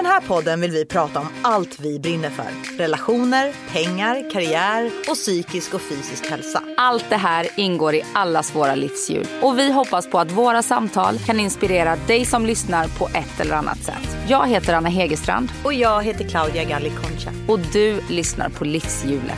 den här podden vill vi prata om allt vi brinner för. Relationer, pengar, karriär och psykisk och fysisk hälsa. Allt det här ingår i allas våra livshjul. Och vi hoppas på att våra samtal kan inspirera dig som lyssnar på ett eller annat sätt. Jag heter Anna Hegerstrand. Och jag heter Claudia Galli Concha. Och du lyssnar på Livshjulet.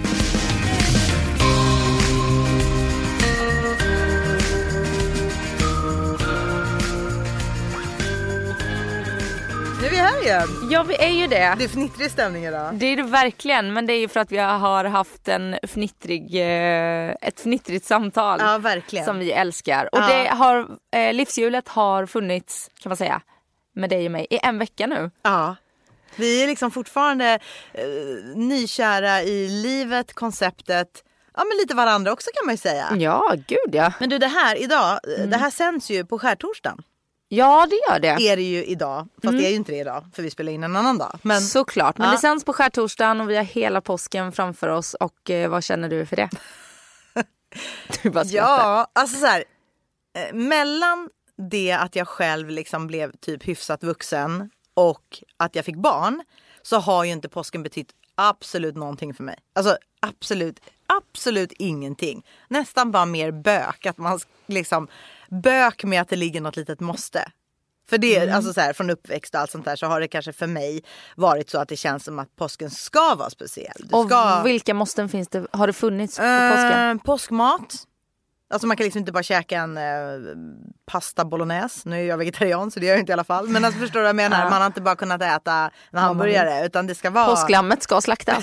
Nu är vi här igen. Ja, vi är ju det. Det är fnittrig stämning idag. Det är det verkligen, men det är ju för att vi har haft ett fnittrigt samtal. Ja, verkligen. Som vi älskar. Och det har, livshjulet har funnits, kan man säga, med dig och mig i en vecka nu. Ja. Vi är liksom fortfarande nykära i livet, konceptet. Ja, men lite varandra också kan man ju säga. Ja, gud ja. Men du, det här idag, det här sänds ju på skärtorsdagen. Ja, det gör det. Är det ju idag, fast det är ju inte det idag, för vi spelar in en annan dag. Men, såklart, men det sänds på skärtorsdagen och vi har hela påsken framför oss. Och vad känner du för det? Du bara skrattar. Ja, alltså så här, mellan det att jag själv liksom blev typ hyfsat vuxen och att jag fick barn, så har ju inte påsken betytt absolut någonting för mig. Alltså absolut ingenting. Nästan bara mer bök, att man liksom bök med att det ligger något litet måste. För det, alltså så här, från uppväxt och allt sånt där, så har det kanske för mig varit så att det känns som att påsken ska vara speciell. Och vilka måsten finns det? Har det funnits på påsken? Påskmat. Alltså man kan liksom inte bara käka en pasta bolognese. Nu är jag vegetarian så det gör jag inte i alla fall. Men alltså förstår du vad jag menar? Man har inte bara kunnat äta en hamburgare utan det ska vara... Påsklammet ska slaktas.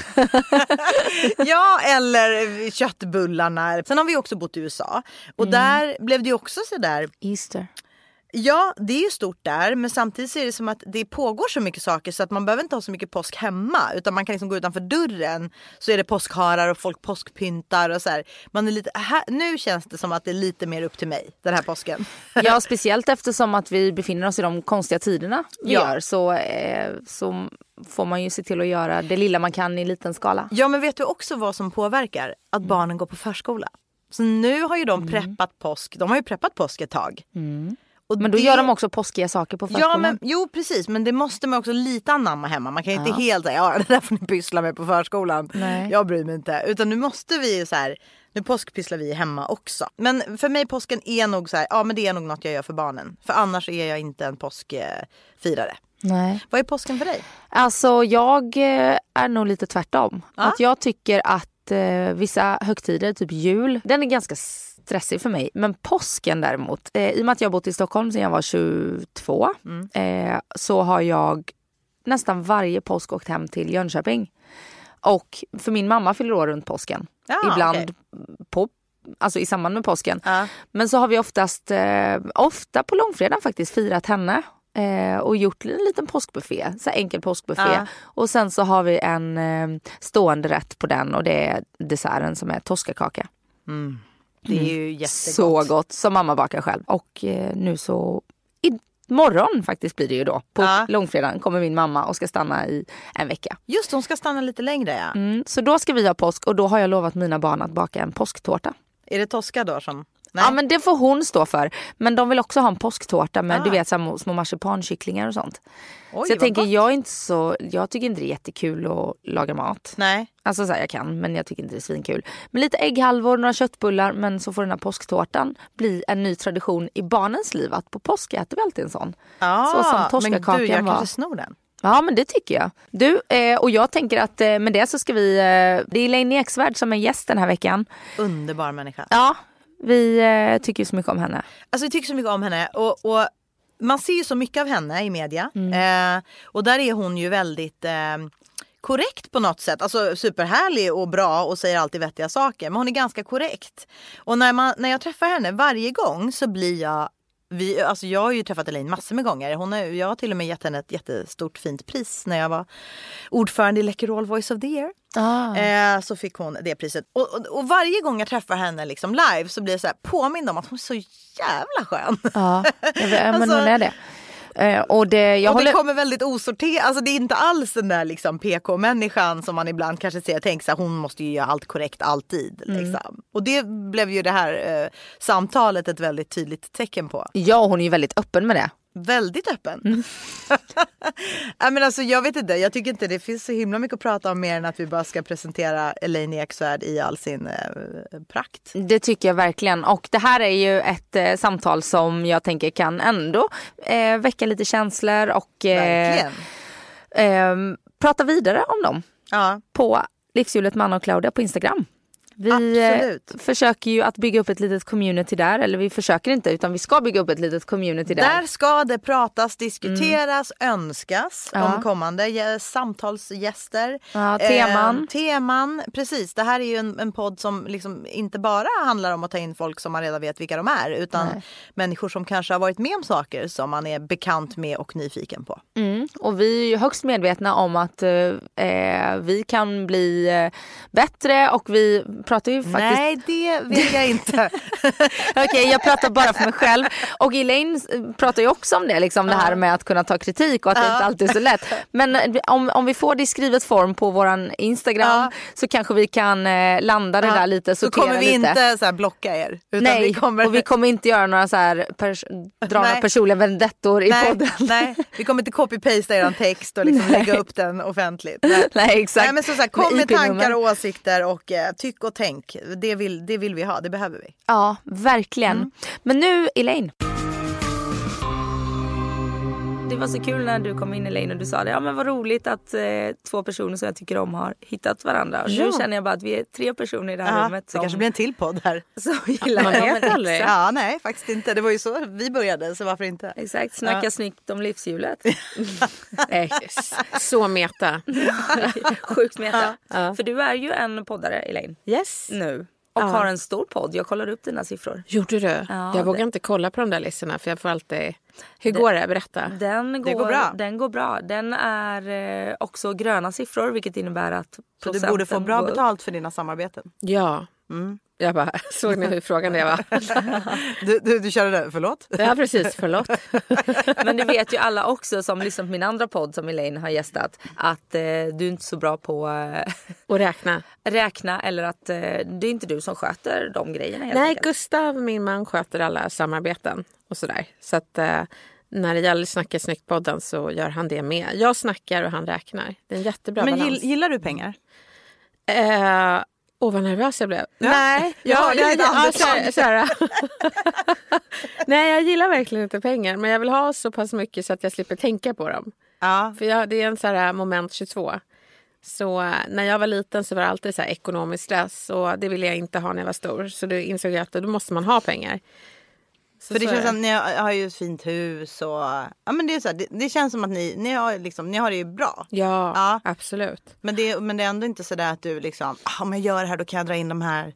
Ja, eller köttbullarna. Sen har vi också bott i USA. Och där blev det ju också så där... Easter. Ja, det är ju stort där, men samtidigt så är det som att det pågår så mycket saker så att man behöver inte ha så mycket påsk hemma, utan man kan liksom gå utanför dörren så är det påskharar och folk påskpyntar och så här. Man är lite nu känns det som att det är lite mer upp till mig den här påsken. Ja, speciellt eftersom att vi befinner oss i de konstiga tiderna vi gör, så får man ju se till att göra det lilla man kan i liten skala. Ja, men vet du också vad som påverkar? Att barnen går på förskola. Så nu har ju de preppat påsk. De har ju preppat påsk ett tag. Men då gör de också påskiga saker på förskolan. Ja, men, jo precis, men det måste man också lite anamma hemma. Man kan ju inte helt säga, ja det där får ni pyssla med på förskolan. Nej. Jag bryr mig inte. Utan nu måste vi ju så här, nu påskpysslar vi hemma också. Men för mig påsken är nog så här, ja men det är nog något jag gör för barnen. För annars är jag inte en påskfirare. Nej. Vad är påsken för dig? Alltså jag är nog lite tvärtom. Att jag tycker att vissa högtider, typ jul, den är ganska stressig för mig. Men påsken däremot, i och med att jag har bott i Stockholm sedan jag var 22, så har jag nästan varje påsk åkt hem till Jönköping. Och för min mamma fyller år runt påsken. Ibland alltså i samband med påsken. Men så har vi ofta på långfredagen faktiskt firat henne. Och gjort en liten påskbuffé, så enkel påskbuffé. Och sen så har vi en stående rätt på den, och det är desserten som är toskakaka. Det är ju jättegott. Så gott, som mamma bakar själv. Och nu så imorgon faktiskt blir det ju då. På långfredagen kommer min mamma och ska stanna i en vecka. Just, hon ska stanna lite längre, ja. Så då ska vi ha påsk, och då har jag lovat mina barn att baka en påsktårta. Är det toska då som... Nej. Ja, men det får hon stå för. Men de vill också ha en påsktårta med du vet, små marsipankycklingar och sånt. Oj, så jag tänker, jag tycker inte det är jättekul att laga mat. Nej. Alltså så här, jag kan, men jag tycker inte det är svinkul. Men lite ägghalvor, några köttbullar, men så får den här påsktårtan bli en ny tradition i barnens liv. Att på påsk äter vi alltid en sån. Så som toskakakan var. Men du, jag kanske snor den. Ja, men det tycker jag. Du, och jag tänker att med det så ska vi... det är Elaine Eksvärd som är gäst den här veckan. Underbar människa. Ja, vi tycker så mycket om henne. Alltså vi tycker så mycket om henne. Och man ser ju så mycket av henne i media. Och där är hon ju väldigt korrekt på något sätt. Alltså superhärlig och bra och säger alltid vettiga saker. Men hon är ganska korrekt. Och när jag träffar henne varje gång så blir jag... Alltså jag har ju träffat Elaine massor med gånger. Jag har till och med gett henne ett jättestort fint pris när jag var ordförande i Läkerol Voice of the Year. Så fick hon det priset. Och varje gång jag träffar henne liksom live så blir jag så här påmind om att hon är så jävla skön. Ja, men hon är det. Och det kommer väldigt osorterat. Alltså det är inte alls den där liksom PK-människan som man ibland kanske ser. Tänk så här, hon måste ju göra allt korrekt alltid. Liksom. Och det blev ju det här samtalet ett väldigt tydligt tecken på. Ja, hon är ju väldigt öppen med det. Väldigt öppen. Men alltså, jag vet inte, jag tycker inte det finns så himla mycket att prata om mer än att vi bara ska presentera Elaine Eksvärd i all sin prakt. Det tycker jag verkligen. Och det här är ju ett samtal som jag tänker kan ändå väcka lite känslor och prata vidare om dem på Livshjulet med Anna och Claudia på Instagram. Vi försöker ju att bygga upp ett litet community där. Eller vi försöker inte, utan vi ska bygga upp ett litet community där. Där ska det pratas, diskuteras, önskas om kommande samtalsgäster. Teman, precis. Det här är ju en podd som liksom inte bara handlar om att ta in folk som man redan vet vilka de är. Utan människor som kanske har varit med om saker som man är bekant med och nyfiken på. Och vi är ju högst medvetna om att vi kan bli bättre och vi pratar ju faktiskt... Nej, det vet jag inte. Okej, jag pratar bara för mig själv. Och Elaine pratar ju också om det, liksom det här med att kunna ta kritik och att det inte alltid är så lätt. Men om vi får det i skrivet form på våran Instagram så kanske vi kan landa det där lite, sortera lite. Så kommer vi inte så här blocka er. Utan nej, och vi kommer inte göra några så här dra några personliga vendettor i podden. Nej, vi kommer inte copy-pasta er text och liksom lägga upp den offentligt. Nej, exakt. Nej, men så här, kom med tankar och åsikter och tyck och tänk. Det vill vi ha, det behöver vi. Ja, verkligen. Men nu, Elaine. Det var så kul när du kom in, Elaine, och du sa det. Ja, men vad roligt att 2 personer som jag tycker om har hittat varandra. Och nu känner jag bara att vi är 3 personer i det här rummet. Det kanske blir en till podd här. Så gillar man vet aldrig. Ja, nej, faktiskt inte. Det var ju så vi började, så varför inte? Exakt, snacka snyggt om livshjulet. Så meta. Sjukt meta. För du är ju en poddare, Elaine. Yes. Nu. Och har en stor podd. Jag kollar upp dina siffror. Gjorde du? Jag vågar inte kolla på de där listorna för jag får alltid... Hur går det? Berätta. Det går bra. Den går bra. Den är också gröna siffror, vilket innebär att... Så du borde få bra betalt för dina samarbeten. Ja. Jag bara, såg ni hur frågan det var? Du körde det, förlåt? Ja, precis, förlåt. Men det vet ju alla också som lyssnar på min andra podd som Elaine har gästat, att du är inte så bra på att räkna eller att det är inte du som sköter de grejerna. Nej, Gustav, min man, sköter alla samarbeten och sådär. Så att när det gäller Snacka snyggt-podden så gör han det med. Jag snackar och han räknar. Det är en jättebra balans. Men gillar du pengar? Vad nervös jag blev. Ja. Nej, nej, jag gillar verkligen inte pengar. Men jag vill ha så pass mycket så att jag slipper tänka på dem. Ja. För det är en så här moment 22. Så när jag var liten så var det alltid så här ekonomisk stress. Och det ville jag inte ha när jag var stor. Så då insåg jag att då måste man ha pengar. För det känns som att ni har ju ett fint hus och men det är så här, det känns som att ni har det ju bra. Ja, absolut. Men det är ändå inte så där att du liksom om jag gör det här då kan jag dra in de här.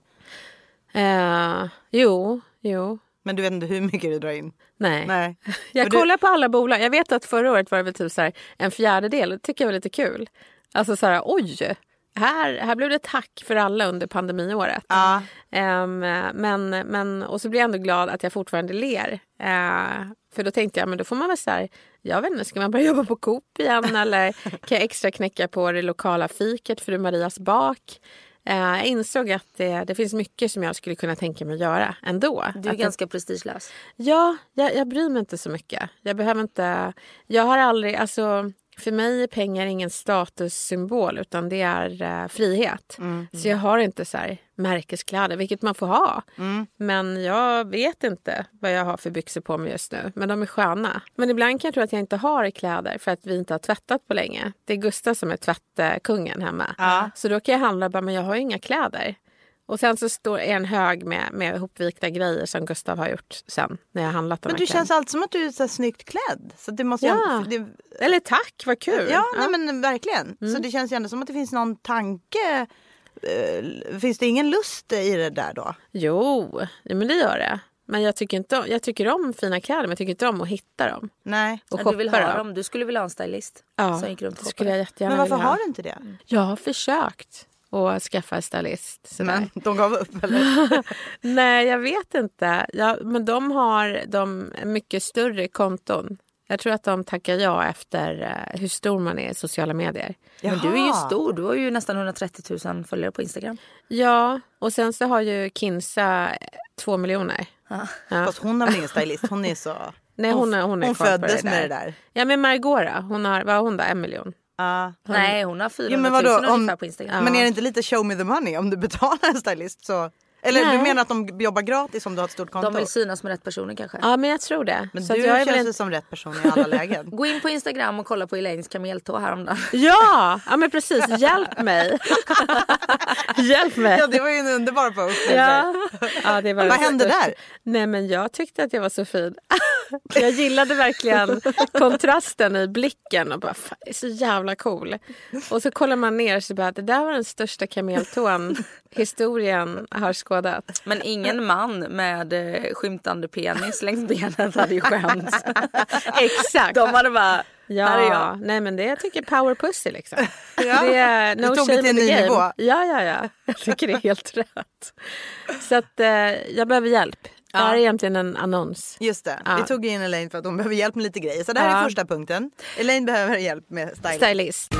Jo. Men du vet inte hur mycket du drar in. Nej. Jag kollar på alla bolag. Jag vet att förra året var det väl typ så här en fjärdedel. Det tycker jag var lite kul. Alltså så här, oj. Här blev det tack för alla under pandemiåret. Ja. Men och så blir jag ändå glad att jag fortfarande ler. För då tänkte jag, men då får man väl så här, jag vet inte, ska man börja jobba på Coop igen eller kan jag extra knäcka på det lokala fiket för Marias bak? Jag insåg att det finns mycket som jag skulle kunna tänka mig att göra ändå. Du är ganska prestigelös. Ja, jag bryr mig inte så mycket. Jag har aldrig, alltså... För mig är pengar ingen statussymbol utan det är frihet. Så jag har inte så här märkeskläder, vilket man får ha. Men jag vet inte vad jag har för byxor på mig just nu. Men de är sköna. Men ibland kan jag tro att jag inte har kläder för att vi inte har tvättat på länge. Det är Gustav som är tvättkungen hemma. Ja. Så då kan jag handla bara, men jag har ju inga kläder. Och sen så står en hög med ihopvikta grejer som Gustav har gjort sen när jag har handlat. Men du känns alltid som att du är så snyggt klädd. Så det måste Eller tack, vad kul. Ja. Nej, men verkligen. Så det känns ju ändå som att det finns någon tanke. Finns det ingen lust i det där då? Jo, men det gör det. Men jag tycker om fina kläder, men jag tycker inte om att hitta dem. Nej. Och du vill ha dem. Du skulle vilja ha en stylist som gick runt och skulle jag jättegärna. Men varför har du inte det? Jag har försökt att skaffa en stylist. Men de gav upp, eller? Nej, jag vet inte. Men de har mycket större konton. Jag tror att de tackar ja efter hur stor man är i sociala medier. Jaha. Men du är ju stor. Du har ju nästan 130 000 följare på Instagram. Ja, och sen så har ju Kinsa 2 miljoner. Ja. Fast hon har väl ingen stylist. Hon är så... Nej, hon är kvar föddes på det med där. det där. Ja, men Margora, vad har hon då? 1 miljon? Nej, hon har 400 men 000 vadå, ungefär på Instagram. Men är det inte lite show me the money om du betalar en stylist så... Eller Nej. du menar att de jobbar gratis om du har ett stort konto? De vill synas med rätt personer kanske. Ja, men jag tror det. Men så du att jag är känns som rätt person i alla lägen. Gå in på Instagram och kolla på Elaines kameltå häromdagen. Ja, men precis. Hjälp mig. Hjälp mig. Ja, det var ju en underbar post. Ja, det var Vad hände där? Nej, men jag tyckte att jag var så fin. Jag gillade verkligen kontrasten i blicken och bara, fan, det är så jävla cool. Och så kollar man ner och så bara, det där var den största kameltån historien har skådat. Men ingen man med skymtande penis längs benet hade ju skämt. Exakt. De hade bara, Ja, här är jag. Nej, men det jag tycker power pussy liksom. Ja. Det är no Du tog shame det till in en the ny game. nivå. Ja. Jag tycker det är helt rätt. Så att jag behöver hjälp. Det här är egentligen en annons. Just det. Ja. Vi tog in Elaine för att hon behöver hjälp med lite grejer. Så det här är första punkten. Elaine behöver hjälp med Stylist.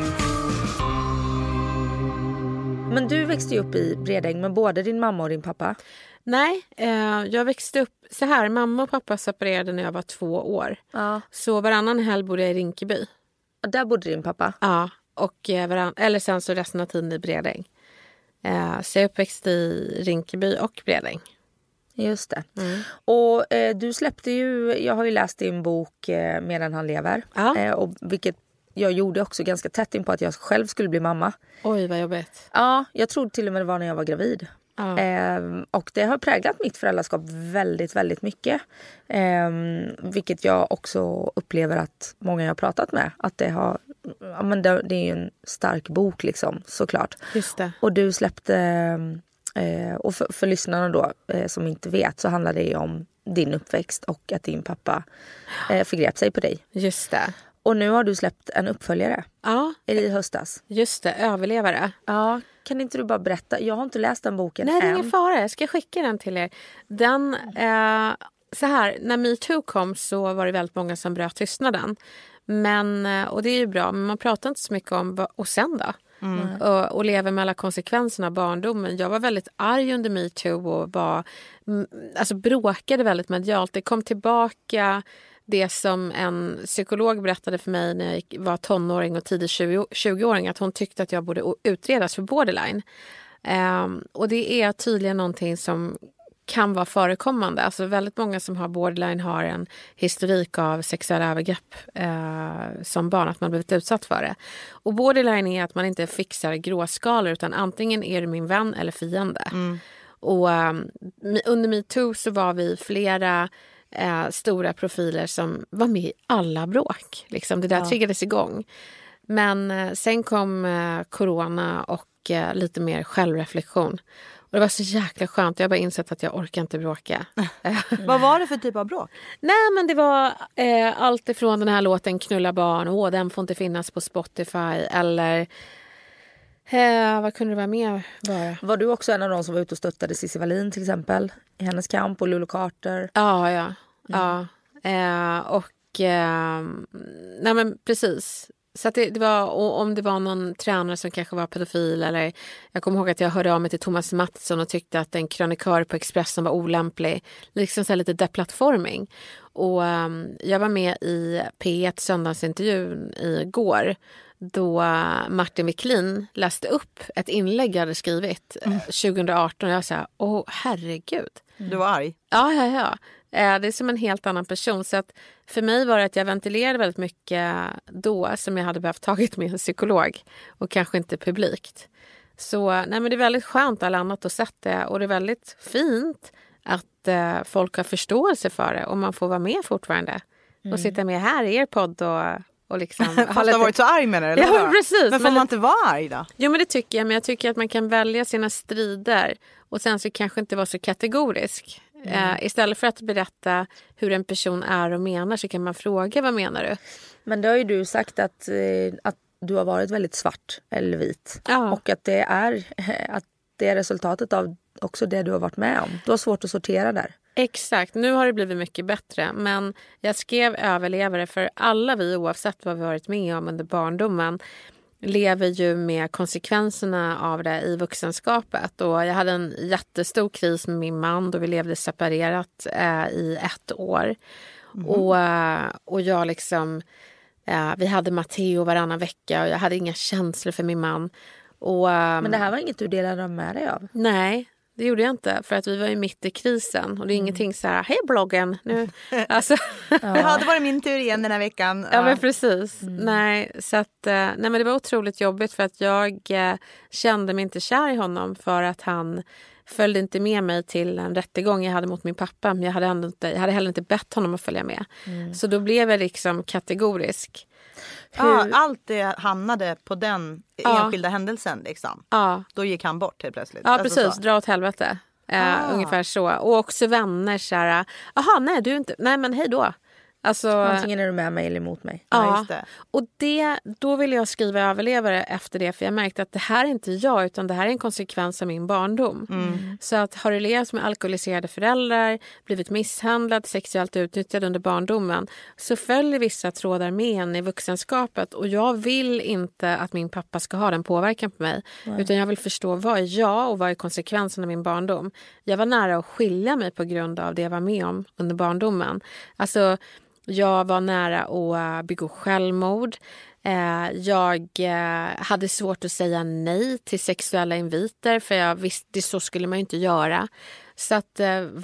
Men du växte ju upp i Bredäng med både din mamma och din pappa. Nej, jag växte upp så här. Mamma och pappa separerade när jag var 2 år. Ja. Så varannan helg bodde jag i Rinkeby. Och där bodde din pappa. Ja, och eller sen så resten av tiden i Bredäng. Så jag uppväxte i Rinkeby och Bredäng. Just det. Och du släppte ju, jag har ju läst din bok Medan han lever. Ja. Och vilket jag gjorde också ganska tätt in på att jag själv skulle bli mamma. Oj, vad jobbigt. Ja, jag trodde till och med det var när jag var gravid. Ja. Och det har präglat mitt föräldraskap väldigt, väldigt mycket. Vilket jag också upplever att många jag har pratat med. Att det har, ja, men det är ju en stark bok liksom, såklart. Just det. Och du släppte, och för lyssnarna då som inte vet, så handlar det ju om din uppväxt och att din pappa förgrep sig på dig. Just det. Och nu har du släppt en uppföljare. Ja, I höstas. just det. Överlevare. Ja, kan inte du bara berätta? Jag har inte läst den boken Nej, det är än. ingen fara. Jag ska skicka den till er. Den, så här, när MeToo kom så var det väldigt många som bröt tystnaden. Men, och det är ju bra, men man pratar inte så mycket om och sen då? Och lever med alla konsekvenserna av barndomen. Jag var väldigt arg under MeToo och bråkade väldigt medialt. Det kom tillbaka det som en psykolog berättade för mig när jag var tonåring och tidig 20-åring, att hon tyckte att jag borde utredas för borderline. Och det är tydligen någonting som kan vara förekommande. Alltså väldigt många som har borderline har en historik av sexuella övergrepp som barn, att man blivit utsatt för det. Och borderline är att man inte fixar gråskalor, utan antingen är du min vän eller fiende. Och under MeToo så var vi flera stora profiler som var med i alla bråk. Liksom, det där triggades igång. Men sen kom corona och lite mer självreflektion. Och det var så jäkla skönt. Jag har bara insett att jag orkar inte bråka. Vad var det för typ av bråk? Nej, men det var allt ifrån den här låten Knulla barn. Den får inte finnas på Spotify. Eller vad kunde det vara mer bara? Var du också en av de som var ute och stöttade Cissi Wallin till exempel? I hennes kamp, och Lulu Carter? Ja. Nej, men precis. Så att det var, om det var någon tränare som kanske var pedofil, eller jag kommer ihåg att jag hörde av mig till Thomas Mattsson och tyckte att en krönikör på Expressen var olämplig. Liksom så här lite deplattforming. Och jag var med i P1 söndagsintervjun igår, då Martin Wiklin läste upp ett inlägg jag hade skrivit 2018. Jag sa, herregud. Du var arg? Ja. Det är som en helt annan person. Så att för mig var det att jag ventilerade väldigt mycket då, som jag hade behövt tagit med en psykolog och kanske inte publikt. Så nej, men det är väldigt skönt alla annat att sett det, och det är väldigt fint att folk har förståelse för det och man får vara med fortfarande och sitta med här i er podd och liksom fast du har varit så arg med det, eller? Ja, precis. Men får man inte vara arg då? Jo, men det tycker jag. Men jag tycker att man kan välja sina strider och sen så kanske inte vara så kategorisk. Istället för att berätta hur en person är och menar, så kan man fråga, vad menar du? Men det har ju du sagt att du har varit väldigt svart eller vit. Ja. Och att det är resultatet av också det du har varit med om. Du har svårt att sortera där. Exakt, nu har det blivit mycket bättre. Men jag skrev överlevare för alla vi, oavsett vad vi varit med om under barndomen, lever ju med konsekvenserna av det i vuxenskapet. Och jag hade en jättestor kris med min man då vi levde separerat i 1 år. Och jag liksom, vi hade Matteo varannan vecka och jag hade inga känslor för min man. Men det här var inget du delade med dig av? Nej, det gjorde jag inte. För att vi var ju mitt i krisen. Och det är ingenting så här, hej bloggen. Nu. Alltså. Ja, det var min tur igen den här veckan. Ja, men precis. Nej, så att, men det var otroligt jobbigt för att jag kände mig inte kär i honom. För att han följde inte med mig till en rättegång jag hade mot min pappa. Men jag hade heller inte bett honom att följa med. Så då blev jag liksom kategorisk. Allt det hamnade på den enskilda händelsen liksom. Då gick han bort helt plötsligt. Ja, alltså precis. Så. Dra åt helvete. Ungefär så. Och också vänner så här, jaha, nej du är inte, nej men hej då. Alltså, antingen är du med mig eller emot mig. Ja, just det. Och då ville jag skriva överlevare efter det. För jag märkte att det här är inte jag, utan det här är en konsekvens av min barndom. Så att har du levt med alkoholiserade föräldrar, blivit misshandlad, sexuellt utnyttjad under barndomen, så följer vissa trådar med en i vuxenskapet. Och jag vill inte att min pappa ska ha den påverkan på mig. Utan jag vill förstå vad är jag och vad är konsekvensen av min barndom. Jag var nära att skilja mig på grund av det jag var med om under barndomen. Alltså, jag var nära att begå självmord. Jag hade svårt att säga nej till sexuella inviter. För jag visste, så skulle man ju inte göra. Så att,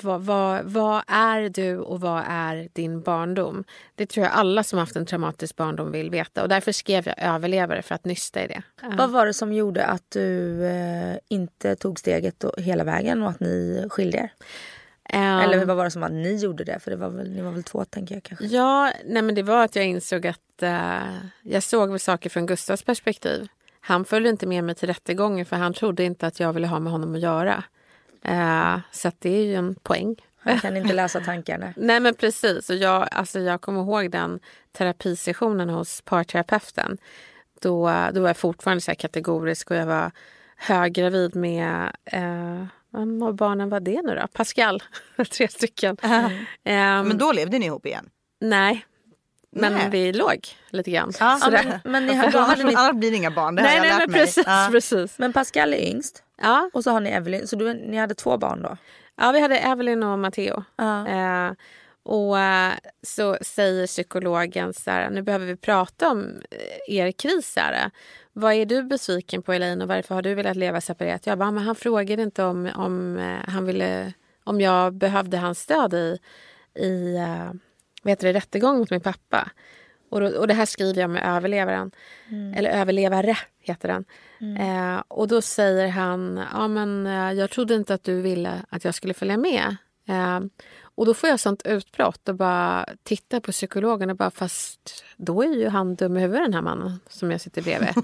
vad är du och vad är din barndom? Det tror jag alla som haft en traumatisk barndom vill veta. Och därför skrev jag överlevare för att nysta i det. Vad var det som gjorde att du inte tog steget hela vägen och att ni skilde er? Eller vad var det som att ni gjorde det? För ni var väl två, tänker jag kanske. Ja, nej men det var att jag insåg att jag såg väl saker från Gustavs perspektiv. Han följde inte med mig till rättegången för han trodde inte att jag ville ha med honom att göra. Så att det är ju en poäng. Han kan inte läsa tankarna. Nej men precis. Och jag kommer ihåg den terapisessionen hos parterapeuten. Då var jag fortfarande så här kategorisk och jag var höggravid med... vad barnen var det nu då? Pascal, 3 stycken. Men då levde ni ihop igen? Nej, men vi låg lite grann. Men ni hade ni... Annars blir det inga barn, det nej, men precis. Men Pascal är yngst. Ja. Och så har ni Evelyn, så ni hade 2 barn då? Ja, vi hade Evelyn och Matteo. Och så säger psykologen så här, nu behöver vi prata om er kris här. Vad är du besviken på, Elaine, och varför har du velat leva separerat? Jag bara, men han frågade inte om jag behövde hans stöd i rättegång mot min pappa. Och det här skriver jag med överlevaren. Eller överlevare heter den. Och då säger han, jag trodde inte att du ville att jag skulle följa med. Och då får jag sånt utbrott och bara tittar på psykologen och bara, fast då är ju han dum i huvudet, den här mannen som jag sitter bredvid.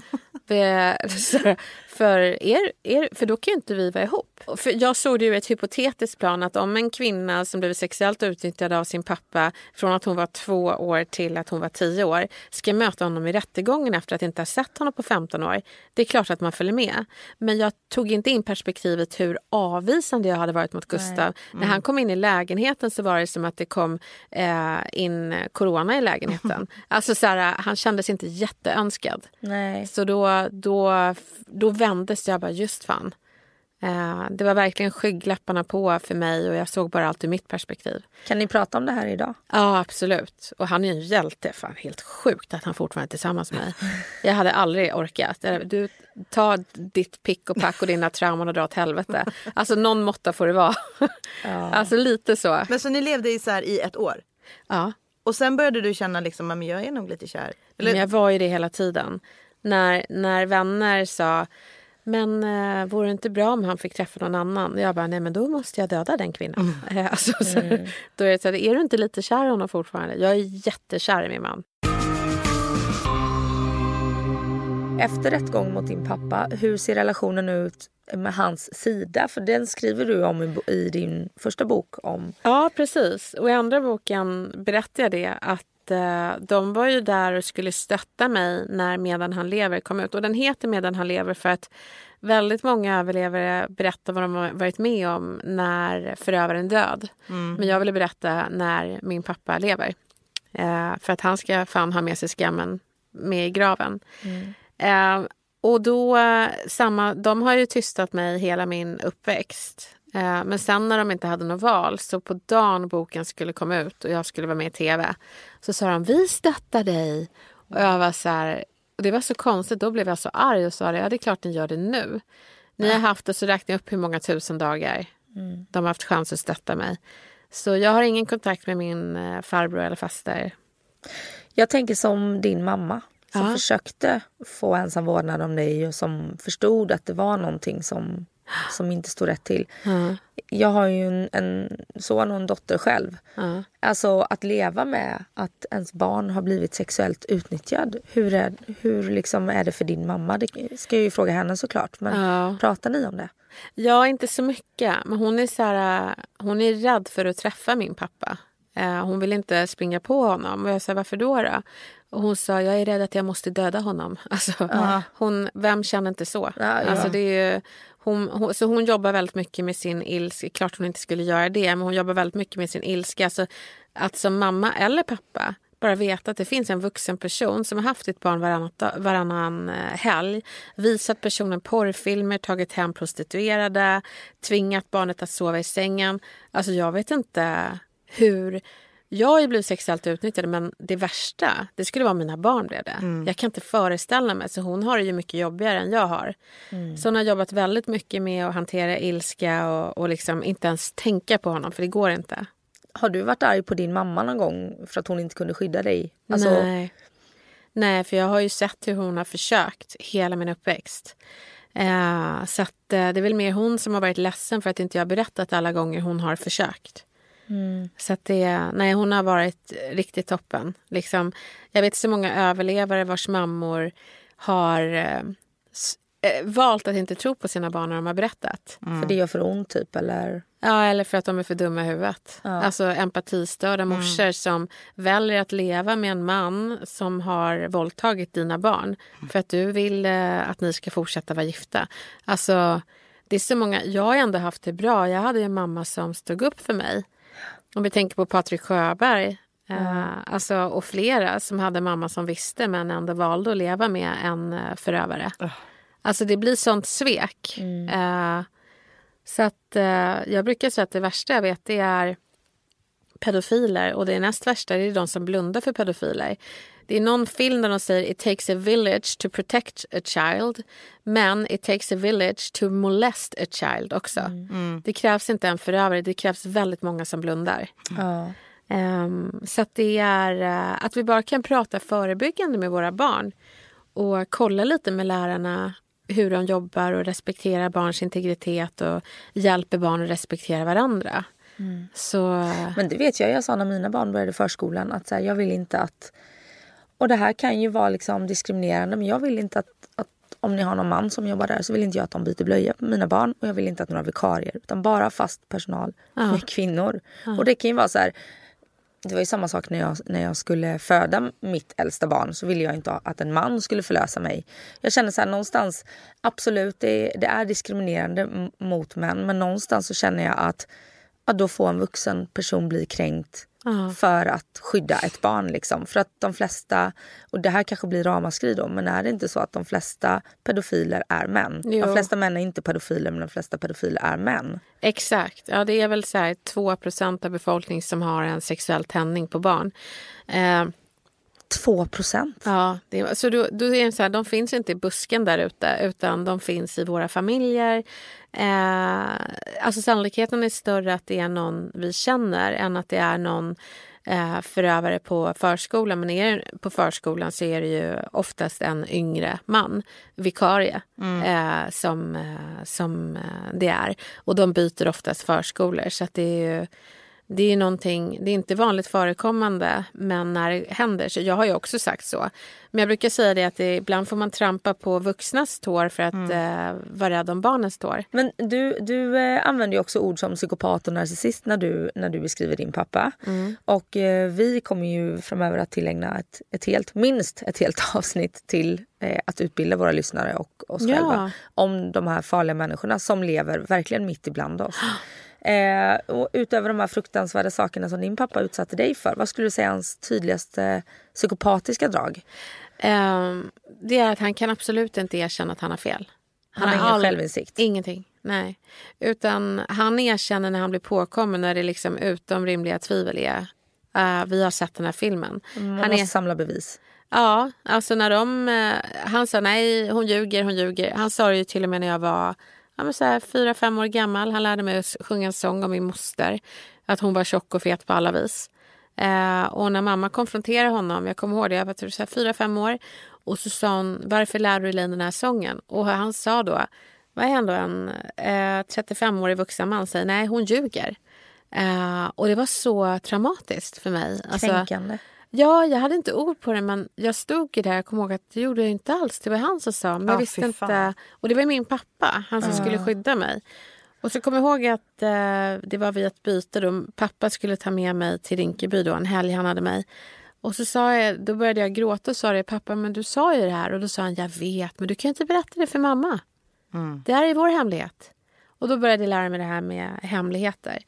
För då kan ju inte vi vara ihop. För jag såg det ju ett hypotetiskt plan att om en kvinna som blev sexuellt utnyttjad av sin pappa från att hon var 2 år till att hon var 10 år ska möta honom i rättegången efter att inte ha sett honom på 15 år. Det är klart att man följer med. Men jag tog inte in perspektivet hur avvisande jag hade varit mot Gustav. När han kom in i lägenheten så var det som att det kom in corona i lägenheten. Alltså så här, han kändes inte jätteönskad. Nej. Så då vändes jag bara, just fan. Det var verkligen skygglapparna på för mig och jag såg bara allt ur mitt perspektiv. Kan ni prata om det här idag? Ja, absolut. Och han är en hjälte. Fan, helt sjukt att han fortfarande är tillsammans med mig. Jag hade aldrig orkat. Du tar ditt pick och pack och dina trauman och dra åt helvete. Alltså någon måtta får det vara. Ja. Alltså lite så. Men så ni levde i 1 år? Ja. Och sen började du känna liksom, men jag är nog lite kär. Eller? Men jag var ju det hela tiden. När vänner sa, men vore det inte bra om han fick träffa någon annan? Jag bara, nej men då måste jag döda den kvinnan. Då är det så här, är du inte lite kär i honom fortfarande? Jag är jättekär i min man. Efter rättegång mot din pappa, hur ser relationen ut med hans sida? För den skriver du om i din första bok om. Ja, precis. Och i andra boken berättar jag det att de var ju där och skulle stötta mig när Medan han lever kom ut. Och den heter Medan han lever för att väldigt många överlevare berättar vad de har varit med om när förövaren död. Men jag ville berätta när min pappa lever. För att han ska fan ha med sig skammen med i graven. Och då de har ju tystat mig hela min uppväxt. Men sen när de inte hade något val, så på dagen boken skulle komma ut och jag skulle vara med i tv, så sa de, vi stöttar dig. Och jag var så här, och det var så konstigt, då blev jag så arg och sa, ja det är klart ni gör det nu. Ni har haft det, så räknar jag upp hur många 1000 dagar de har haft chans att stötta mig. Så jag har ingen kontakt med min farbror eller faster. Jag tänker som din mamma som försökte få ensam vårdnad om dig och som förstod att det var någonting som inte stod rätt till. Jag har ju en son och en dotter själv. Alltså att leva med att ens barn har blivit sexuellt utnyttjad. Hur liksom är det för din mamma? Det ska jag ju fråga henne såklart. Men pratar ni om det? Ja, inte så mycket. Men hon är så här, hon är rädd för att träffa min pappa. Hon vill inte springa på honom. Och jag sa, varför då? Och hon sa, jag är rädd att jag måste döda honom. Alltså, vem känner inte så? Alltså, det är ju, så hon jobbar väldigt mycket med sin ilska. Klart hon inte skulle göra det, men hon jobbar väldigt mycket med sin ilska. Alltså, att som mamma eller pappa bara veta att det finns en vuxen person som har haft ett barn varannan helg, visat personen porrfilmer, tagit hem prostituerade, tvingat barnet att sova i sängen. Alltså jag vet inte hur. Jag har ju blivit sexuellt utnyttjad, men det värsta, det skulle vara mina barn blev det. Jag kan inte föreställa mig, så hon har det ju mycket jobbigare än jag har. Så hon har jobbat väldigt mycket med att hantera ilska och liksom inte ens tänka på honom, för det går inte. Har du varit arg på din mamma någon gång för att hon inte kunde skydda dig? Alltså... Nej, för jag har ju sett hur hon har försökt hela min uppväxt. Så att det är väl mer hon som har varit ledsen för att inte jag har berättat alla gånger hon har försökt. Så att hon har varit riktigt toppen. Liksom, jag vet så många överlevare vars mammor har valt att inte tro på sina barn när de har berättat. För det gör för ont typ, eller? Ja, eller för att de är för dumma i huvudet. Alltså empatistörda morsor som väljer att leva med en man som har våldtagit dina barn för att du vill att ni ska fortsätta vara gifta. Alltså, det är så många. Jag har ändå haft det bra. Jag hade ju en mamma som stod upp för mig. Om vi tänker på Patrik Sjöberg. Alltså, och flera som hade mamma som visste men ändå valde att leva med en förövare. Alltså det blir sånt svek. Så att jag brukar säga att det värsta jag vet, det är pedofiler. Och det näst värsta, det är de som blundar för pedofiler. Det är någon film där de säger it takes a village to protect a child. Men it takes a village to molest a child också. Det krävs inte en förövare, det krävs väldigt många som blundar. Så att det är att vi bara kan prata förebyggande med våra barn. Och kolla lite med lärarna hur de jobbar och respekterar barns integritet och hjälper barn att respektera varandra. Så... Men det vet jag sa när mina barn började förskolan att så här, jag vill inte att, och det här kan ju vara liksom diskriminerande, men jag vill inte att om ni har någon man som jobbar där så vill inte jag att de byter blöja på mina barn, och jag vill inte att några vikarier, utan bara fast personal med kvinnor. Och det kan ju vara så här. Det var ju samma sak när jag skulle föda mitt äldsta barn, så ville jag inte att en man skulle förlösa mig. Jag känner så här någonstans, absolut det är diskriminerande mot män, men någonstans så känner jag att då får en vuxen person bli kränkt för att skydda ett barn liksom. För att de flesta, och det här kanske blir ramaskri då, men är det inte så att de flesta pedofiler är män? Jo. De flesta män är inte pedofiler, men de flesta pedofiler är män. Exakt, ja det är väl så här 2% av befolkningen som har en sexuell tändning på barn. 2%? Ja, så då är det så här, de finns inte i busken där ute, utan de finns i våra familjer. Alltså sannolikheten är större att det är någon vi känner än att det är någon förövare på förskolan. Men på förskolan så är det ju oftast en yngre man, vikarie, som det är. Och de byter oftast förskolor, så att det är någonting, det är inte vanligt förekommande, men när det händer, så jag har ju också sagt så. Men jag brukar säga det att ibland får man trampa på vuxnas tår för att vara rädd om barnens tår. Men du använder ju också ord som psykopat och narcissist när du beskriver din pappa. Och vi kommer ju framöver att tillägna minst ett helt avsnitt till att utbilda våra lyssnare och oss själva om de här farliga människorna som lever verkligen mitt ibland oss. Och utöver de här fruktansvärda sakerna som din pappa utsatte dig för, vad skulle du säga hans tydligaste psykopatiska drag? Det är att han kan absolut inte erkänna att han har fel. Han har ingen självinsikt. Ingenting. Nej. Utan han erkänner när han blir påkommen, när det liksom utom rimliga tvivel är vi har sett den här filmen. Man måste samla bevis. Ja, alltså när han sa nej, hon ljuger. Han sa det ju till och med när jag var 4-5 år gammal. Han lärde mig att sjunga en sång om min moster. Att hon var tjock och fet på alla vis. Och när mamma konfronterade honom, jag kommer ihåg det, jag var 4-5 år. Och så sa hon, varför lär du dig den här sången? Och han sa då, vad är ändå en 35-årig vuxen man säger, nej hon ljuger. Och det var så traumatiskt för mig. Kränkande. Ja, jag hade inte ord på det, men jag stod där. Jag kommer ihåg att det gjorde jag inte alls. Det var han som sa, men jag visste inte. Och det var min pappa, han som skulle skydda mig. Och så kommer jag ihåg att det var vid ett byte då. Pappa skulle ta med mig till Rinkeby då, en helg han hade mig. Och så då började jag gråta och sa det, pappa, men du sa ju det här. Och då sa han, jag vet, men du kan inte berätta det för mamma. Det här är vår hemlighet. Och då började jag lära mig det här med hemligheter.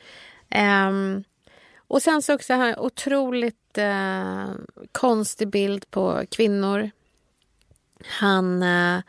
Och sen så också här otroligt konstig bild på kvinnor. Han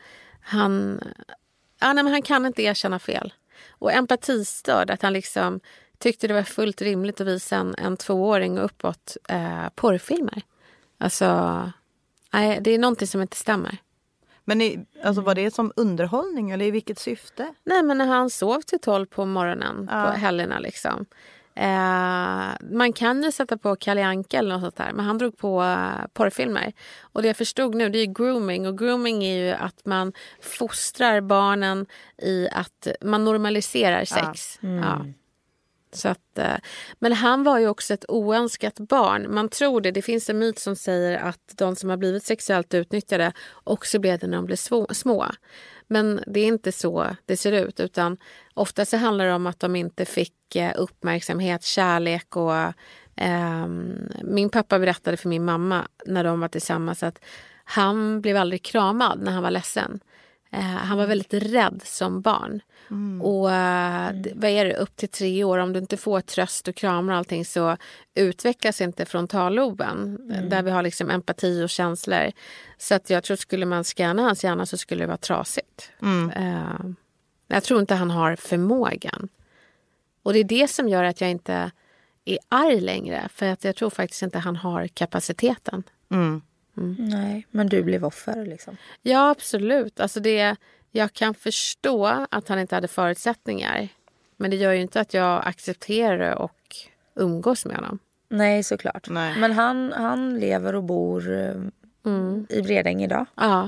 kan inte erkänna fel. Och empatistörd, att han liksom tyckte det var fullt rimligt att visa en 2-åring uppåt porrfilmer. Alltså, det är någonting som inte stämmer. Men var det som underhållning eller i vilket syfte? Nej, men när han sov till 12 på morgonen på helgerna liksom. Man kan ju sätta på Kalle Anka eller något sånt där, men han drog på porrfilmer. Och det jag förstod nu, det är grooming. Och grooming är ju att man fostrar barnen i att man normaliserar sex. Ja. Så att, men han var ju också ett oönskat barn. Man tror det. Det finns en myt som säger att de som har blivit sexuellt utnyttjade också blev det när de blev små. Men det är inte så det ser ut, utan ofta så handlar det om att de inte fick uppmärksamhet, kärlek och min pappa berättade för min mamma när de var tillsammans att han blev aldrig kramad när han var ledsen. Han var väldigt rädd som barn. Och vad är det, upp till 3 år, om du inte får tröst och kramar och allting så utvecklas inte frontalloben där vi har liksom empati och känslor. Så att jag tror skulle man scanna hans hjärna så skulle det vara trasigt. Jag tror inte han har förmågan. Och det är det som gör att jag inte är arg längre, för att jag tror faktiskt inte han har kapaciteten. Nej, men du blev offer liksom. Ja, absolut. Alltså jag kan förstå att han inte hade förutsättningar. Men det gör ju inte att jag accepterar och umgås med honom. Nej, såklart. Nej. Men han lever och bor i Bredäng idag. Ja.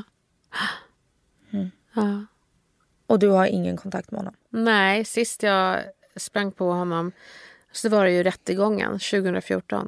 Ja. Och du har ingen kontakt med honom? Nej, sist jag sprang på honom så var det ju rättegången 2014.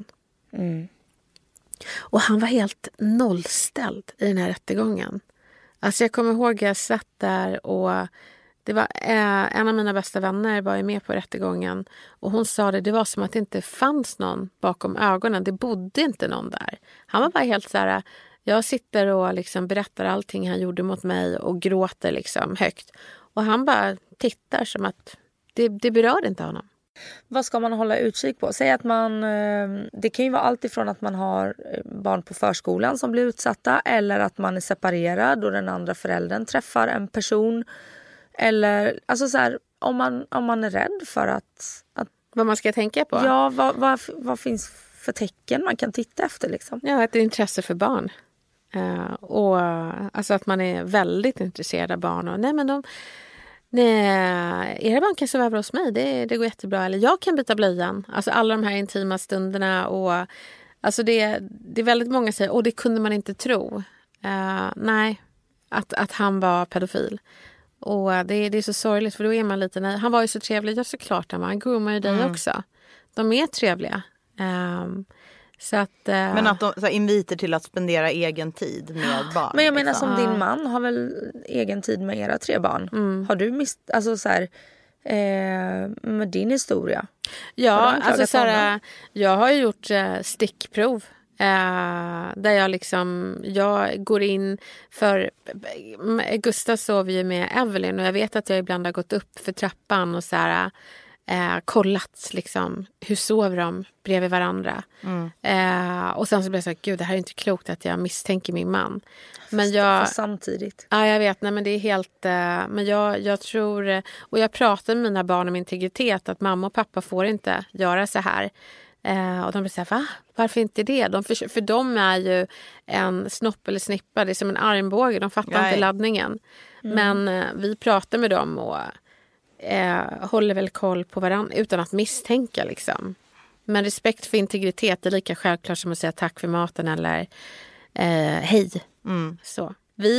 Och han var helt nollställd i den här rättegången. Alltså jag kommer ihåg att jag satt där och det var en av mina bästa vänner var ju med på rättegången. Och hon sa det var som att det inte fanns någon bakom ögonen. Det bodde inte någon där. Han var bara helt så här, jag sitter och liksom berättar allting han gjorde mot mig och gråter liksom högt. Och han bara tittar som att det berör inte honom. Vad ska man hålla utkik på? Säg att det kan ju vara allt ifrån att man har barn på förskolan som blir utsatta, eller att man är separerad och den andra föräldern träffar en person, eller alltså så här, om man är rädd för att vad man ska tänka på. Ja, vad finns för tecken man kan titta efter liksom? Ja, ett intresse för barn. Och alltså att man är väldigt intresserad av barn och era barn kan sova över hos mig, det går jättebra. Eller jag kan byta blöjan. Alltså alla de här intima stunderna. Och, alltså det är väldigt många som säger, och det kunde man inte tro. Nej, att han var pedofil. Och det är så sorgligt, för då är man lite, han var ju så trevlig. Ja, såklart han groomar ju dig också. De är trevliga. Så att, men att de så inviter till att spendera egen tid med barn. Men jag menar som din man har väl egen tid med era 3 barn. Har du alltså så här, med din historia? Ja, alltså så här, jag har ju gjort stickprov. Där jag går in för Gustav sover ju med Evelyn och jag vet att jag ibland har gått upp för trappan och så här kollat liksom, hur sover de bredvid varandra. Och sen så blev jag så här, gud, det här är inte klokt att jag misstänker min man. Men jag samtidigt. Ja, jag vet. Nej, men det är helt... men jag tror... Och jag pratar med mina barn om integritet. Att mamma och pappa får inte göra så här. Och de blir så här, va? Varför inte det? För de är ju en snopp eller snippa. Det är som en armbåge. De fattar inte laddningen. Men vi pratar med dem och håller väl koll på varandra utan att misstänka liksom. Men respekt för integritet är lika självklart som att säga tack för maten eller hej. Så.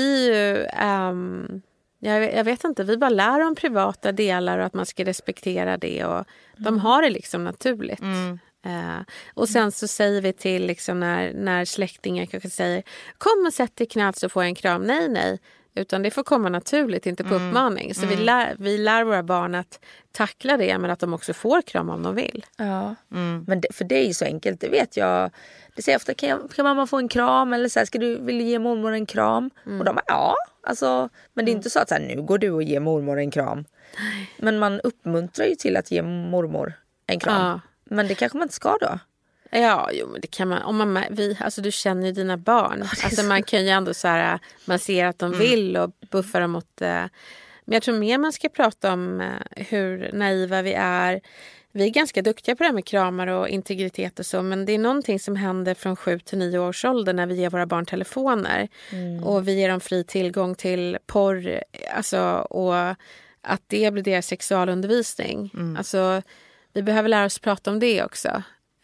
Jag vet inte, vi bara lär om privata delar och att man ska respektera det och de har det liksom naturligt. Och sen så säger vi till liksom när släktingar kanske säger kom och sätt dig i knät så får jag en kram. Nej. Utan det får komma naturligt, inte på uppmaning. Så vi lär våra barn att tackla det, men att de också får kram om de vill. Ja, men för det är ju så enkelt, det vet jag. Det säger ofta, kan mamma få en kram? Eller så här, vill du ge mormor en kram? Och de bara, ja. Alltså, men det är inte så att så här, nu går du och ger mormor en kram. Men man uppmuntrar ju till att ge mormor en kram. Ja. Men det kanske man inte ska då. Ja, jo, men det kan man. Alltså du känner ju dina barn. Alltså man kan ju ändå så här, man ser att de vill och buffar dem mot. Men jag tror mer man ska prata om hur naiva vi är. Vi är ganska duktiga på det här med kramar och integritet och så. Men det är någonting som händer från 7 till 9 års ålder när vi ger våra barn telefoner. Och vi ger dem fri tillgång till porr. Alltså, och att det blir deras sexualundervisning. Alltså, vi behöver lära oss prata om det också.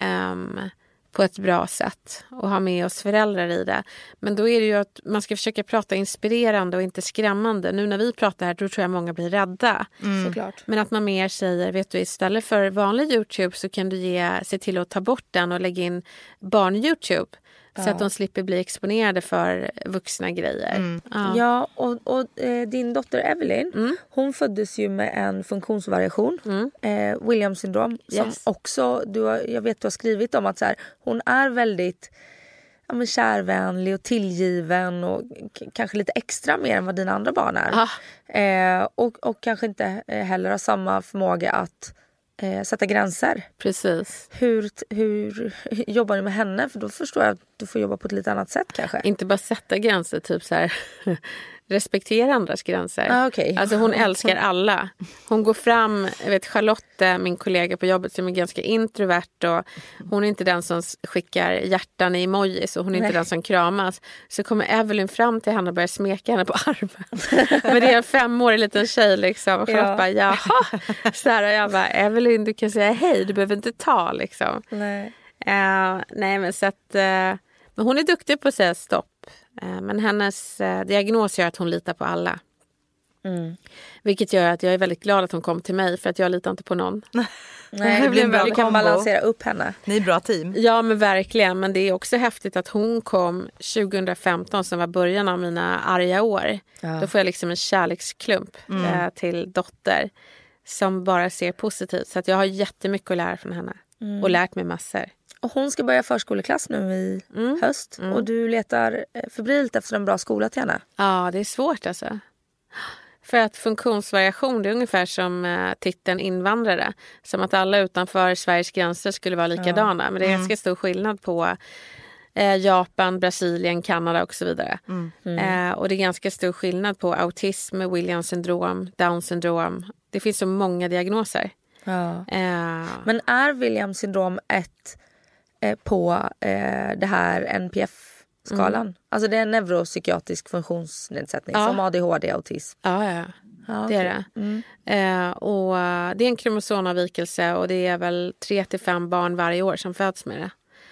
På ett bra sätt och ha med oss föräldrar i det. Men då är det ju att man ska försöka prata inspirerande och inte skrämmande. Nu när vi pratar här, då tror jag många blir rädda. Såklart. Men att man mer säger, vet du, istället för vanlig YouTube så kan du se till att ta bort den och lägga in barn-YouTube. Så att de slipper bli exponerade för vuxna grejer. Ja, och din dotter Evelyn, hon föddes ju med en funktionsvariation, Williams syndrom, som också, jag vet du har skrivit om att så här, hon är väldigt kärvänlig och tillgiven och kanske lite extra mer än vad dina andra barn är. Och kanske inte heller har samma förmåga att sätta gränser. Precis. Hur jobbar ni med henne? För då förstår jag att du får jobba på ett lite annat sätt kanske. Inte bara sätta gränser, typ så här respektera andras gränser. Okay. Alltså hon älskar alla. Hon går fram, jag vet Charlotte, min kollega på jobbet som är ganska introvert och hon är inte den som skickar hjärtan i emojis och hon är inte den som kramas. Så kommer Evelyn fram till henne och börjar smeka henne på armen. Men det är en 5-årig liten tjej liksom. Och Charlotte bara, jaha. Så här, jag bara, Evelyn, du kan säga hej, du behöver inte ta liksom. Nej men så att men hon är duktig på att säga stopp. Men hennes diagnos gör att hon litar på alla. Vilket gör att jag är väldigt glad att hon kom till mig. För att jag litar inte på någon. Nej, det blir en bra kan balansera upp henne. Ni är bra team. Ja men verkligen. Men det är också häftigt att hon kom 2015 som var början av mina arga år. Då får jag liksom en kärleksklump till dotter. Som bara ser positivt. Så att jag har jättemycket att lära från henne. Och lärt mig massor. Och hon ska börja förskoleklass nu i höst. Och du letar febrilt efter en bra skola till henne. Ja, det är svårt alltså. För att funktionsvariation, det är ungefär som titeln invandrare. Som att alla utanför Sveriges gränser skulle vara likadana. Men det är ganska stor skillnad på Japan, Brasilien, Kanada och så vidare. Och det är ganska stor skillnad på autism, Williams syndrom, Down syndrom. Det finns så många diagnoser. Men är Williams syndrom på det här NPF-skalan? Alltså det är en neuropsykiatrisk funktionsnedsättning som ADHD, autism. Ja. Det är det. Och det är en kromosomavvikelse och det är väl 3-5 barn varje år som föds med det.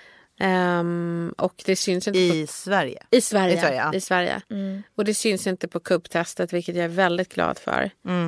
Och det syns inte i Sverige. I Sverige. Och det syns inte på kubbtestet, vilket jag är väldigt glad för.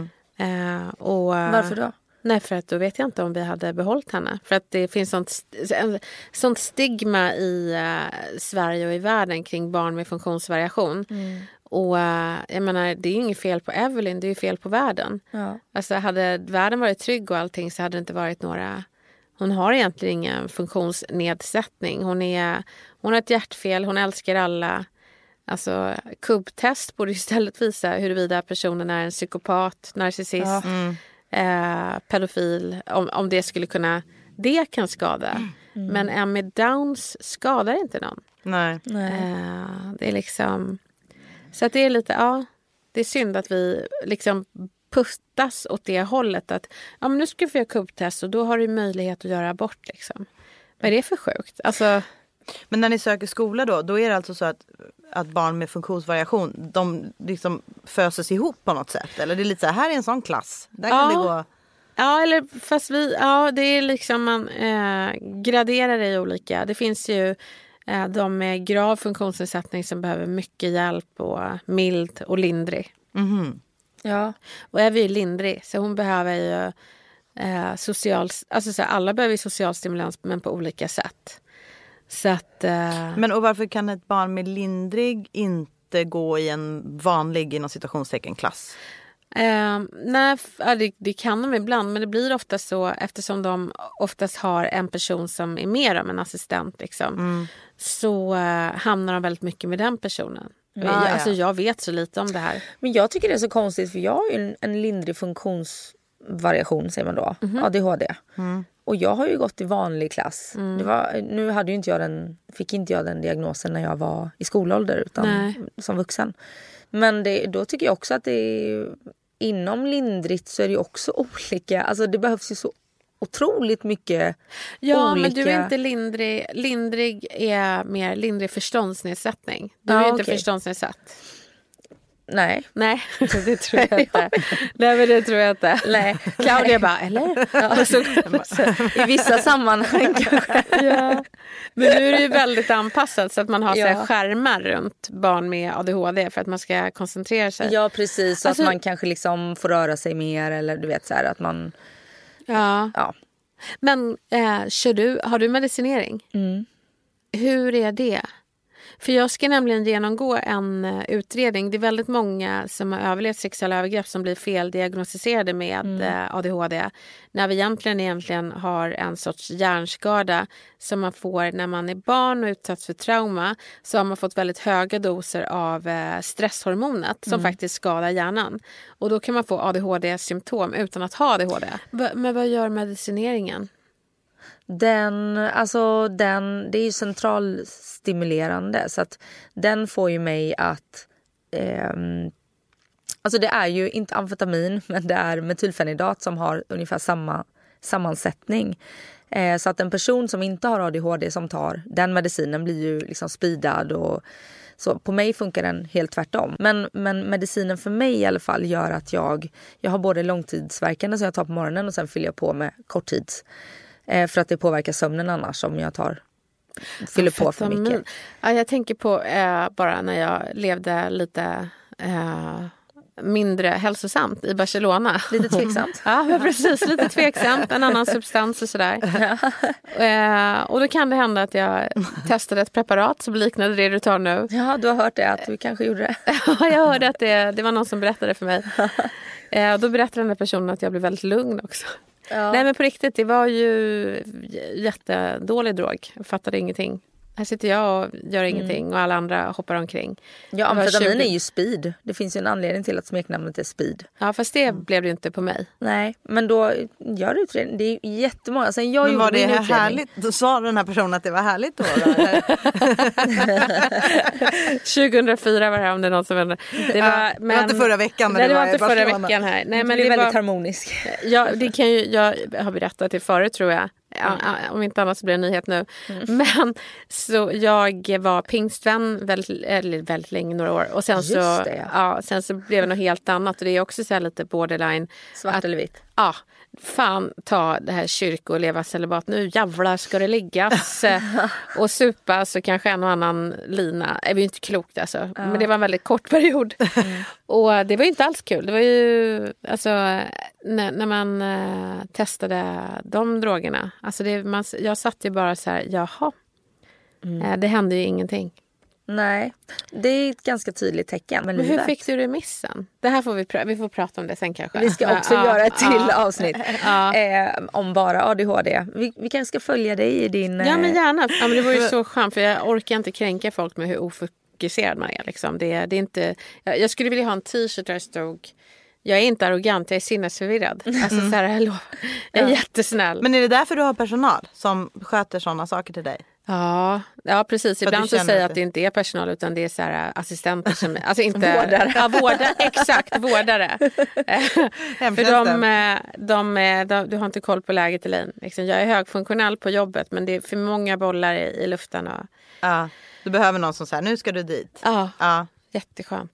Och varför då? Nej, för att då vet jag inte om vi hade behållit henne. För att det finns sånt stigma i Sverige och i världen kring barn med funktionsvariation. Och jag menar, det är inget fel på Evelyn, det är ju fel på världen. Alltså hade världen varit trygg och allting så hade det inte varit några... Hon har egentligen ingen funktionsnedsättning. Hon har ett hjärtfel, hon älskar alla. Alltså kubbtest borde istället visa huruvida personen är en psykopat, narcissist. pedofil, om det skulle kunna, det kan skada. Men en med Downs skadar inte någon. Nej. Det är liksom, så att det är lite, det är synd att vi liksom puttas åt det hållet att men nu ska vi göra kubbtest och då har du möjlighet att göra abort liksom. Vad är det för sjukt? Alltså, men när ni söker skola då är det alltså så att barn med funktionsvariation, de liksom föses ihop på något sätt? Eller det är lite så här är en sån klass. Där kan det gå. Ja, eller fast det är liksom man graderar det i olika. Det finns ju de med grav funktionsnedsättning som behöver mycket hjälp och mild och lindrig. Mhm. Ja, och Evy är lindrig så hon behöver ju alla behöver ju social stimulans men på olika sätt. Så att, men och varför kan ett barn med lindrig inte gå i en vanlig inom citationstecken klass? Nej, det kan de ibland men det blir ofta så eftersom de oftast har en person som är mer av en assistent liksom, så hamnar de väldigt mycket med den personen. Alltså jag vet så lite om det här. Men jag tycker det är så konstigt för jag har ju en lindrig funktionsvariation säger man då, ADHD. Och jag har ju gått i vanlig klass. Nu hade ju fick inte jag den diagnosen när jag var i skolålder utan som vuxen. Men då tycker jag också att det är, inom lindrigt så är det också olika. Alltså det behövs ju så otroligt mycket olika. Men du är inte lindrig. Lindrig är mer lindrig förståndsnedsättning. Du är inte förståndsnedsatt. Nej, det tror jag inte. Nej, men det tror jag inte. Nej. Claudia bara, eller? Ja. I vissa sammanhang kanske. Ja. Men nu är det ju väldigt anpassat så att man har så här skärmar runt barn med ADHD för att man ska koncentrera sig. Ja, precis. Så att man kanske liksom får röra sig mer eller du vet så här att man... Ja. Men har du medicinering? Hur är det? För jag ska nämligen genomgå en utredning. Det är väldigt många som har överlevt sexuella övergrepp som blir feldiagnostiserade med ADHD. När vi egentligen har en sorts hjärnskada som man får när man är barn och utsatts för trauma. Så har man fått väldigt höga doser av stresshormonet som faktiskt skadar hjärnan. Och då kan man få ADHD-symptom utan att ha ADHD. Men vad gör medicineringen? Det är ju centralstimulerande så att den får ju mig att alltså det är ju inte amfetamin men det är metylfenidat som har ungefär samma sammansättning. Så att en person som inte har ADHD som tar den medicinen blir ju liksom speedad och så på mig funkar den helt tvärtom. Men medicinen för mig i alla fall gör att jag har både långtidsverkande som jag tar på morgonen och sen fyller jag på med korttids. För att det påverkar sömnen annars om jag fyller på för mycket. Ja, jag tänker på bara när jag levde lite mindre hälsosamt i Barcelona. Lite tveksamt. Ja, precis. Lite tveksamt. En annan substans och sådär. Och då kan det hända att jag testade ett preparat som liknade det du tar nu. Ja, du har hört det att du kanske gjorde det. Ja, jag hörde att det var någon som berättade för mig. Då berättade den här personen att jag blev väldigt lugn också. Ja. Nej men på riktigt, det var ju jättedålig drog. Jag fattade ingenting. Här sitter jag och gör ingenting och alla andra hoppar omkring. Ja, amfetamin är ju speed. Det finns ju en anledning till att smeknamnet är speed. Ja, fast det blev det ju inte på mig. Nej, men då gör utredning. Det är ju jättemånga. Sen jag men var det här härligt? Då sa den här personen att det var härligt då? 2004 var det om det är någon som vände. Det var inte förra veckan. Det var inte förra veckan här. Nej, men det är väldigt harmonisk. Ja, det kan ju, jag har berättat det förut tror jag. Om inte annat så blir det en nyhet nu. Men så jag var pingstvän väldigt länge, några år. Och sen sen så blev det något helt annat. Och det är också så här lite borderline. Svart eller vitt? Ja, fan ta det här kyrko och leva celibat. Nu jävlar ska det liggas och supas och kanske en och annan lina. Det är ju inte klokt alltså. Men det var en väldigt kort period. Och det var ju inte alls kul. Det var ju alltså när man testade de drogerna. Alltså jag satt ju bara så här, jaha. Det hände ju ingenting. Nej, det är ett ganska tydligt tecken. Men hur fick du remissen? Det här får vi får prata om det sen kanske. Vi ska också göra ett till avsnitt om bara ADHD. Vi kanske ska följa dig i din... Ja, men gärna. Ja, men det var ju så skönt för jag orkar inte kränka folk med hur ofokuserad man är. Liksom. Det är inte... Jag skulle vilja ha en t-shirt där det stod Jag är inte arrogant, jag är sinnesförvirrad. Alltså så här, jag är jättesnäll. Men är det därför du har personal som sköter sådana saker till dig? Ja, precis. Ibland så säger jag att det inte är personal utan det är så här assistenter som... Alltså inte... Vårdare. Ja, exakt, vårdare. För du har inte koll på läget, Elaine. Liksom, jag är högfunktionell på jobbet men det är för många bollar i luften. Och... Ja, du behöver någon som säger, nu ska du dit. Ja. Jätteskönt.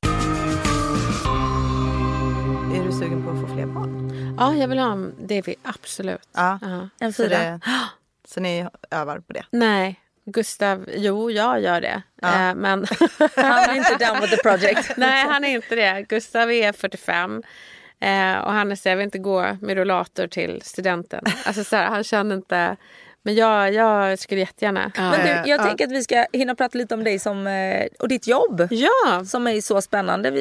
Är du sugen på att få fler barn? Ja, jag vill ha det. Absolut. Ja. En 4. Så ni övar på det? Nej, Gustav, jo, jag gör det. Ja. Men Han är inte down with the project. Nej, han är inte det. Gustav är 45. Och han säger, jag vill inte gå med rollator till studenten. Alltså så här, han känner inte... Men jag skulle jättegärna. Men du, jag tänker att vi ska hinna prata lite om dig och ditt jobb. Ja. Som är så spännande.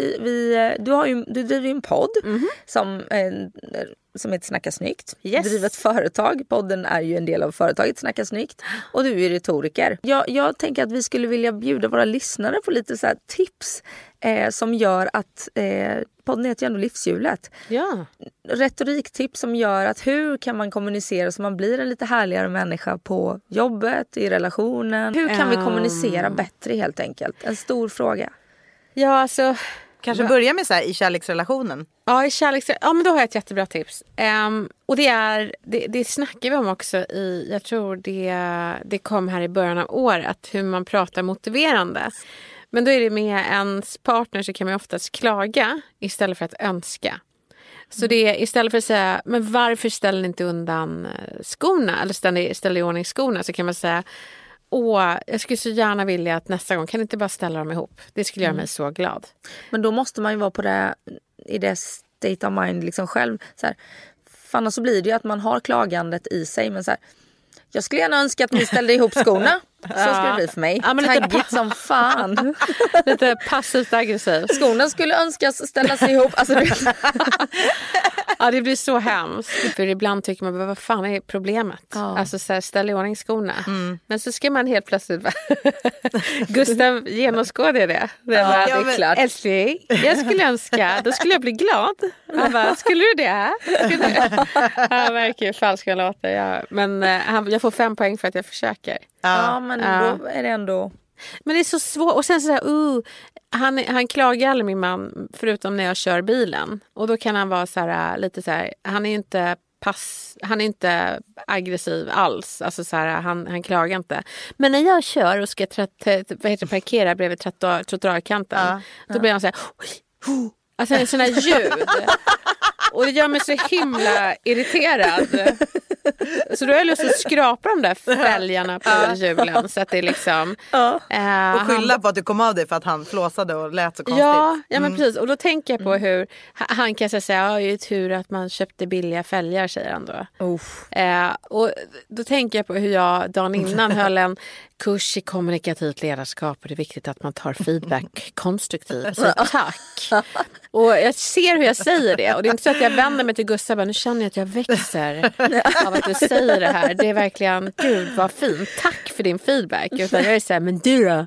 Du driver ju en podd som heter Snacka snyggt. Yes. Du driver ett företag. Podden är ju en del av företaget Snacka snyggt. Och du är retoriker. Jag tänker att vi skulle vilja bjuda våra lyssnare på lite så här tips som gör att podden heter ju ändå Livshjulet. Ja. Retoriktips som gör att hur kan man kommunicera så man blir en lite härligare människa på jobbet, i relationen. Hur kan vi kommunicera bättre helt enkelt? En stor fråga. Ja, alltså... Kanske börja med så här i kärleksrelationen. Ja, i kärleksrelationen. Ja, men då har jag ett jättebra tips. Och det snackar vi om också i... Jag tror det kom här i början av året. Hur man pratar motiverande. Men då är det med ens partner så kan man oftast klaga istället för att önska. Så det är istället för att säga, men varför ställer ni inte undan skorna? Eller ställer i ordning skorna, så kan man säga, jag skulle så gärna vilja att nästa gång kan ni inte bara ställa dem ihop. Det skulle göra mig så glad. Men då måste man ju vara på det i det state of mind liksom själv. Så här, för annars så blir det ju att man har klagandet i sig. Men så här, jag skulle gärna önska att ni ställde ihop skorna. Så skulle det bli för mig. Ja, men taggigt som fan. Lite passivt aggressivt. Skorna skulle önskas ställas ihop. Alltså, ja, det blir så hemskt. För ibland tycker man, vad fan är problemet? Ja. Alltså så här, ställ i ordning skorna. Men så ska man helt plötsligt Gustav genomskådar det. Det är klart. Älskling, jag skulle önska, då skulle jag bli glad. Han bara, skulle du det? Han verkar ju falska låtar. Ja. Men jag får 5 poäng för att jag försöker. Ja, men då är det ändå... Men det är så svårt. Och sen så här, han klagar aldrig, min man, förutom när jag kör bilen. Och då kan han vara så här, lite så här, han är inte aggressiv alls. Alltså så här, han klagar inte. Men när jag kör och ska parkera bredvid trottoarkanten, då blir han så här, alltså en sån här ljud. Och det gör mig så himla irriterad. Så då har jag lust att skrapa de där fälgarna på hjulen. Så att det är liksom... och skylla på att du kom av dig för att han flåsade och lät så konstigt. Ja, men precis. Och då tänker jag på hur... Han kan säga, det är ju tur att man köpte billiga fälgar, säger han då. Och då tänker jag på hur jag dagen innan höll en kurs i kommunikativt ledarskap. Och det är viktigt att man tar feedback konstruktivt. Så tack. Och jag ser hur jag säger det. Och det är inte så att jag vänder mig till Gustav och nu känner jag att jag växer av att du säger det här. Det är verkligen, gud vad fint. Tack för din feedback. Utan jag är så här, men du då?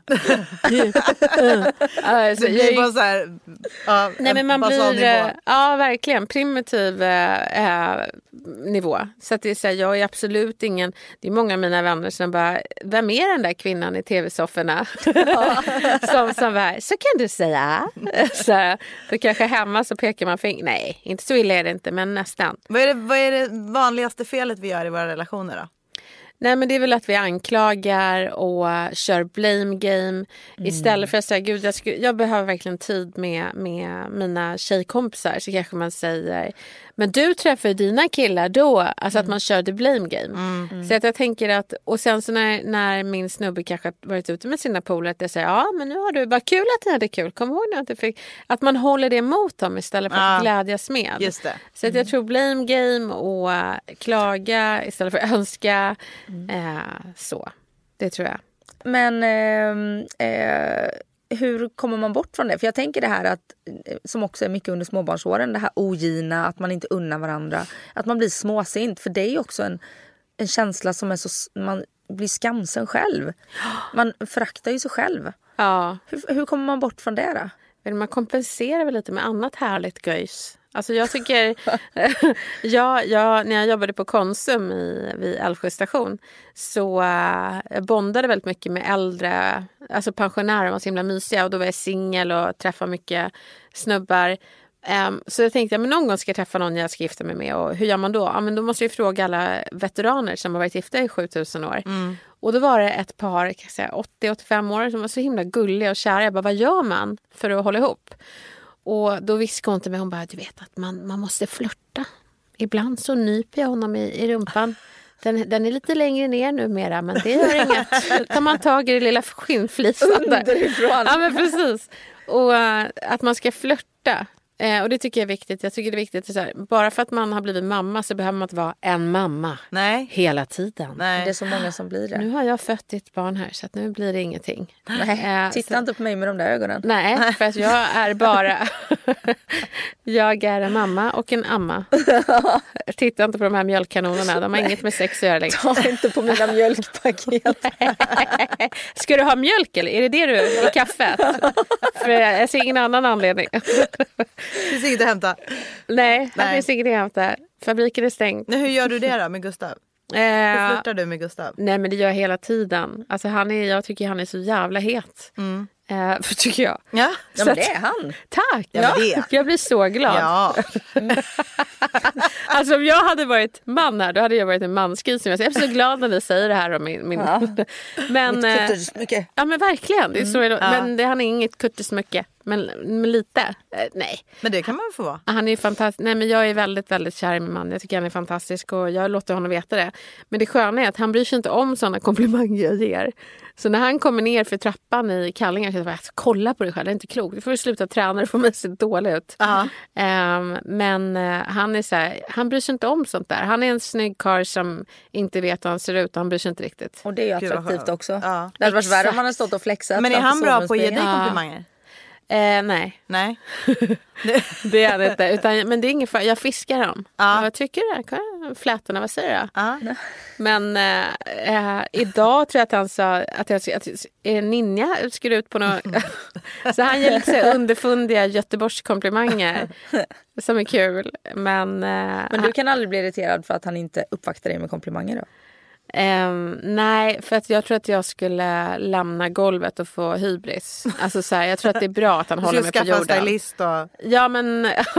Alltså, det blir bara så här... nej, men man blir... Ja, verkligen. Primitiv nivå. Så att det är så här, jag är absolut ingen... Det är många av mina vänner som bara, vem är den där kvinnan i tv-sofforna? som bara, så kan du säga. Så kanske hemma så pekar man finger. Nej, inte så illa är det inte, men nästan. Vad är det vanligaste felet vi gör i våra relationer då? Nej, men det är väl att vi anklagar och kör blame game istället för att säga, gud, jag behöver verkligen tid med mina tjejkompisar, så kanske man säger, men du träffar dina killar då, alltså att man kör the blame game. Så att jag tänker att, och sen så när min snubbe kanske varit ute med sina polare, att jag säger, ja, men nu har du, vad kul att ni hade kul, kom ihåg nu att du fick, att man håller det mot dem istället för att glädjas med. Just det. Så att jag tror blame game och klaga istället för att önska. Så, det tror jag. Men hur kommer man bort från det? För jag tänker det här att, som också är mycket under småbarnsåren, det här ogina, att man inte unnar varandra, att man blir småsint, för det är ju också en känsla som är så, man blir skamsen själv. Man föraktar ju sig själv. Ja. Hur kommer man bort från det då? Man kompenserar väl lite med annat härligt göjs. Alltså jag tycker, när jag jobbade på Konsum vid Älvsjö station så jag bondade väldigt mycket med äldre, alltså pensionärer var så himla mysiga och då var jag singel och träffade mycket snubbar. Så jag tänkte, men någon gång ska jag träffa någon jag ska gifta mig med och hur gör man då? Ja, men då måste jag fråga alla veteraner som har varit gifta i 7000 år. Och då var det ett par, 80-85 år som var så himla gulliga och kära. Jag bara, vad gör man för att hålla ihop? Och då viskade hon till mig, hon bara, du vet att man måste flirta. Ibland så nyper jag honom i rumpan. Den är lite längre ner numera, men det gör inget. Tar man tag i det lilla skinnflisan där. Underifrån. Ja, men precis. Och att man ska flirta. Och det tycker jag är viktigt. Jag tycker det är viktigt att så här, bara för att man har blivit mamma så behöver man inte vara en mamma hela tiden. Nej. Det är så många som blir det. Nu har jag fött ditt barn här så att nu blir det ingenting. Nej, titta inte på mig med de där ögonen. Nej, för att jag är bara jag är en mamma och en amma. Titta inte på de här mjölkkanonerna. De har inget med sex att göra längre. Ta inte på mina mjölkpaket. Ska du ha mjölk eller? Är det du i kaffet? För jag ser ingen annan anledning. Det finns inget att hämta. Nej, det finns inget att hämta. Fabriken är stängd. Men hur gör du det då med Gustav? Hur flirtar du med Gustav? Nej, men det gör jag hela tiden. Alltså jag tycker han är så jävla het. För tycker jag. Ja, men det är han. Tack! Ja, det. Jag blir så glad. Ja. Alltså om jag hade varit man här, då hade jag varit en mansgris. Jag är så glad när ni säger det här om min... Ja. Men, mitt kuttesmycke. Ja, men verkligen. Det är så men han är inget kuttesmycke. Men lite. Nej. Men det kan man få vara. Han är fantastisk. Nej, men jag är väldigt, väldigt kär i min man. Jag tycker han är fantastisk och jag låter honom veta det. Men det sköna är att han bryr sig inte om sådana komplimanger jag ger. Så när han kommer ner för trappan i kallingar så jag bara, kolla på dig själv, det är inte klokt. Du får sluta träna, det får mig se dålig ut. Men han är så här, han bryr sig inte om sånt där. Han är en snygg karl som inte vet hur han ser ut och han bryr sig inte riktigt. Och det är ju attraktivt också. Ja. Det hade varit värre om man hade stått och flexat. Men är han bra på att ge dig komplimanger? Nej. Nej. Det är det inte. Men det är ingen fara. Jag fiskar dem. Jag tycker det. Flätorna, vad säger jag? Men idag tror jag att han sa att Ninja skulle ut på något. Så han ger lite så underfundiga Göteborgskomplimanger som är kul. Men du kan aldrig bli irriterad för att han inte uppvaktar dig med komplimanger då? Nej, för att jag tror att jag skulle lämna golvet och få hybris. Alltså så här, jag tror att det är bra att han håller mig på jorden. Skaffa stylist och... Ja, men...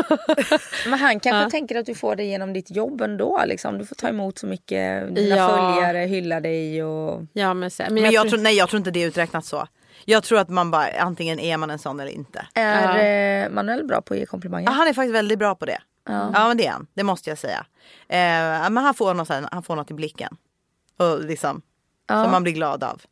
Men han kanske tänker att du får det genom ditt jobb ändå. Liksom. Du får ta emot så mycket. Dina följare hyllar dig. Och... Ja, men jag tror inte det är uträknat så. Jag tror att man bara, antingen är man en sån eller inte. Är Manuel bra på att ge komplimanger? Ja, han är faktiskt väldigt bra på det. Ja, men det är han. Det måste jag säga. Men han får något i blicken. Och liksom, som man blir glad av.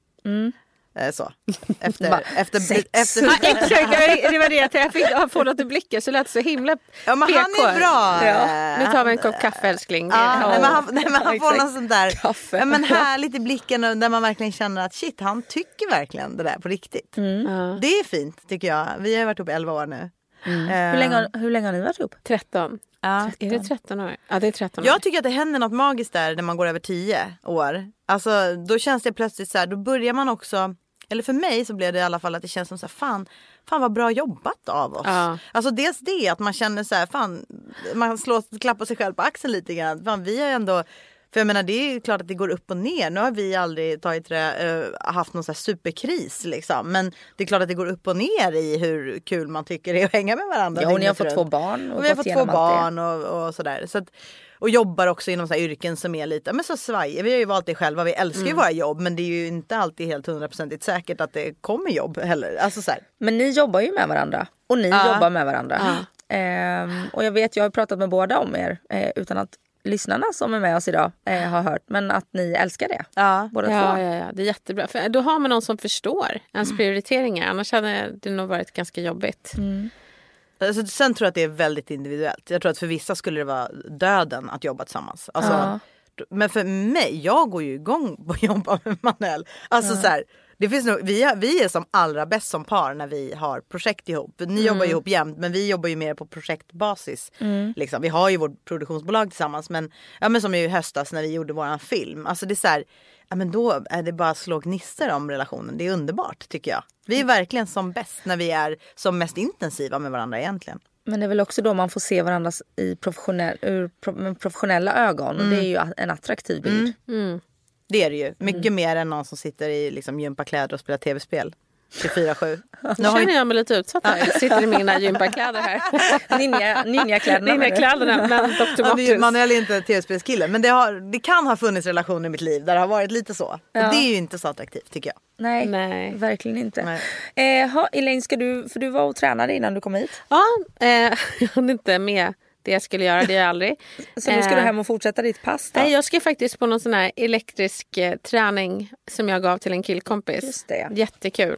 Så. Efter exakt, det var det jag fick få något i blicken. Så lät det så himla ja, men han är bra. Nu tar vi en kopp kaffe, älskling. Men han får något sånt där ja, men härligt i blicken där man verkligen känner att shit, han tycker verkligen det där på riktigt. Det är fint, tycker jag. Vi har varit ihop 11 år nu. Hur länge har ni varit ihop? 13. Ja. Är det 13 år? Ja, det är 13 år. Jag tycker att det händer något magiskt där när man går över 10 år. Alltså, då känns det plötsligt så här, då börjar man också, eller för mig så blev det i alla fall att det känns som så här, fan vad bra jobbat av oss. Ja. Alltså dels det att man känner så här, fan, man klappar sig själv på axeln lite grann. Fan, vi har ändå, för jag menar, det är klart att det går upp och ner. Nu har vi aldrig haft någon så här superkris liksom. Men det är klart att det går upp och ner i hur kul man tycker det är att hänga med varandra. Ja, och ni har fått 2 barn. Och vi har fått 2 barn och sådär. Så att, och jobbar också inom så här yrken som är lite, men så svaj. Vi har ju valt det själva. Vi älskar ju våra jobb. Men det är ju inte alltid helt 100% säkert att det kommer jobb heller. Alltså så här. Men ni jobbar ju med varandra. Och ni jobbar med varandra. Och jag har pratat med båda om er. Utan att lyssnarna som är med oss idag har hört. Men att ni älskar det. Båda två. Ja, det är jättebra. För då har man någon som förstår ens prioriteringar. Annars hade det nog varit ganska jobbigt. Alltså, sen tror jag att det är väldigt individuellt. Jag tror att för vissa skulle det vara döden att jobba tillsammans. Alltså, men för mig, jag går ju igång på att jobba med Manuel. Alltså så här, det finns nog, vi är som allra bäst som par när vi har projekt ihop. Ni jobbar ihop jämt, men vi jobbar ju mer på projektbasis. Liksom. Vi har ju vårt produktionsbolag tillsammans, men som i höstas när vi gjorde våran film. Alltså det är så här, men då är det bara att slå gnistor om relationen. Det är underbart, tycker jag. Vi är verkligen som bäst när vi är som mest intensiva med varandra egentligen. Men det är väl också då man får se varandra med professionella ögon. Och det är ju en attraktiv bild. Det är det ju. Mycket mer än någon som sitter i liksom gympakläder och spelar tv-spel. 24/7. Nu känner jag mig lite utsatt här. Jag sitter i mina gympakläder här. Ninjakläderna med Dr. Martens. Man är inte tv-spelskille. Men det kan ha funnits relationer i mitt liv där det har varit lite så. Ja. Och det är ju inte så attraktivt tycker jag. Nej. Verkligen inte. Elaine, för du var och tränade innan du kom hit. Ja, jag hann inte med det jag skulle göra, det är jag aldrig. Så nu ska du hem och fortsätta ditt pass då? Nej, jag ska faktiskt på någon sån här elektrisk träning som jag gav till en killkompis. Just det. Jättekul.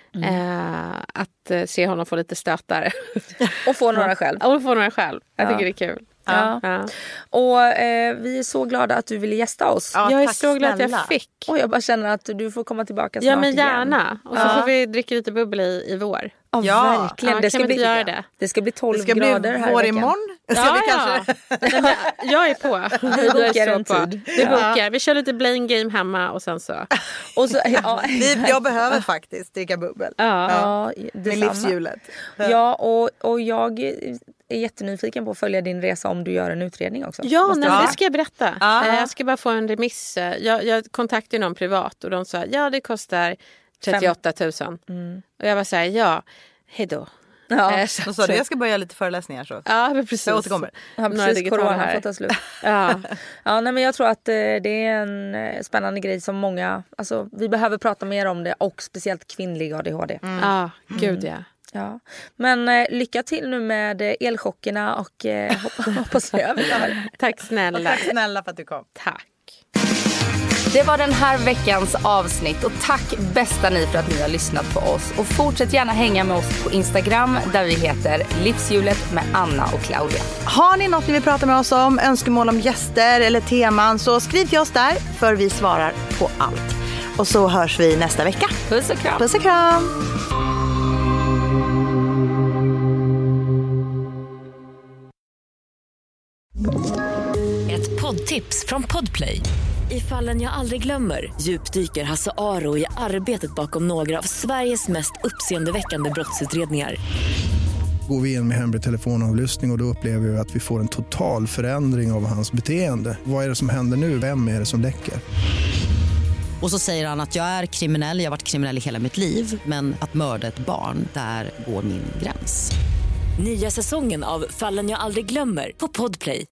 Att se honom få lite stötar. Och få några själv. Och få några själv. Jag tycker det är kul. Ja. Och vi är så glada att du ville gästa oss. Ja, jag är så glad att jag fick. Och jag bara känner att du får komma tillbaka snart. Ja, men gärna igen. Och så får vi dricka lite bubbel i vår. Ja, verkligen. Det ska bli göra det. Det ska bli 12 grader här. Det ska bli vår imorgon. Jag är på. Vi bokar en tid. Vi bokar. Vi kör lite Blame Game hemma och sen så. Jag behöver faktiskt dricka bubbel. Med livshjulet. Ja, och jag är jättenyfiken på att följa din resa om du gör en utredning också. Ja, det ska jag berätta. Jag ska bara få en remiss. Jag kontaktade någon privat och de sa det kostar 38 000. Och jag var så här, hejdå. Ja, så jag ska börja lite föreläsningar så. Ja, precis. Jag återkommer. Ja, precis, corona får ta slut. Nej, men jag tror att det är en spännande grej som många, alltså vi behöver prata mer om det och speciellt kvinnlig ADHD. Gud ja. Men lycka till nu med elchockerna och hoppas vi över det här. Tack snälla. Tack snälla för att du kom. Tack. Det var den här veckans avsnitt och tack bästa ni för att ni har lyssnat på oss. Och fortsätt gärna hänga med oss på Instagram där vi heter Livshjulet med Anna och Claudia. Har ni något ni vill prata med oss om, önskemål om gäster eller teman, så skriv till oss där för vi svarar på allt. Och så hörs vi nästa vecka. Puss och kram. Puss och kram. Ett poddtips från Podplay. I Fallen jag aldrig glömmer djupdyker Hasse Aro i arbetet bakom några av Sveriges mest uppseendeväckande brottsutredningar. Går vi in med hemlig telefonavlyssning och då upplever vi att vi får en total förändring av hans beteende. Vad är det som händer nu? Vem är det som läcker? Och så säger han att jag är kriminell, jag har varit kriminell i hela mitt liv. Men att mörda ett barn, där går min gräns. Nya säsongen av Fallen jag aldrig glömmer på Podplay.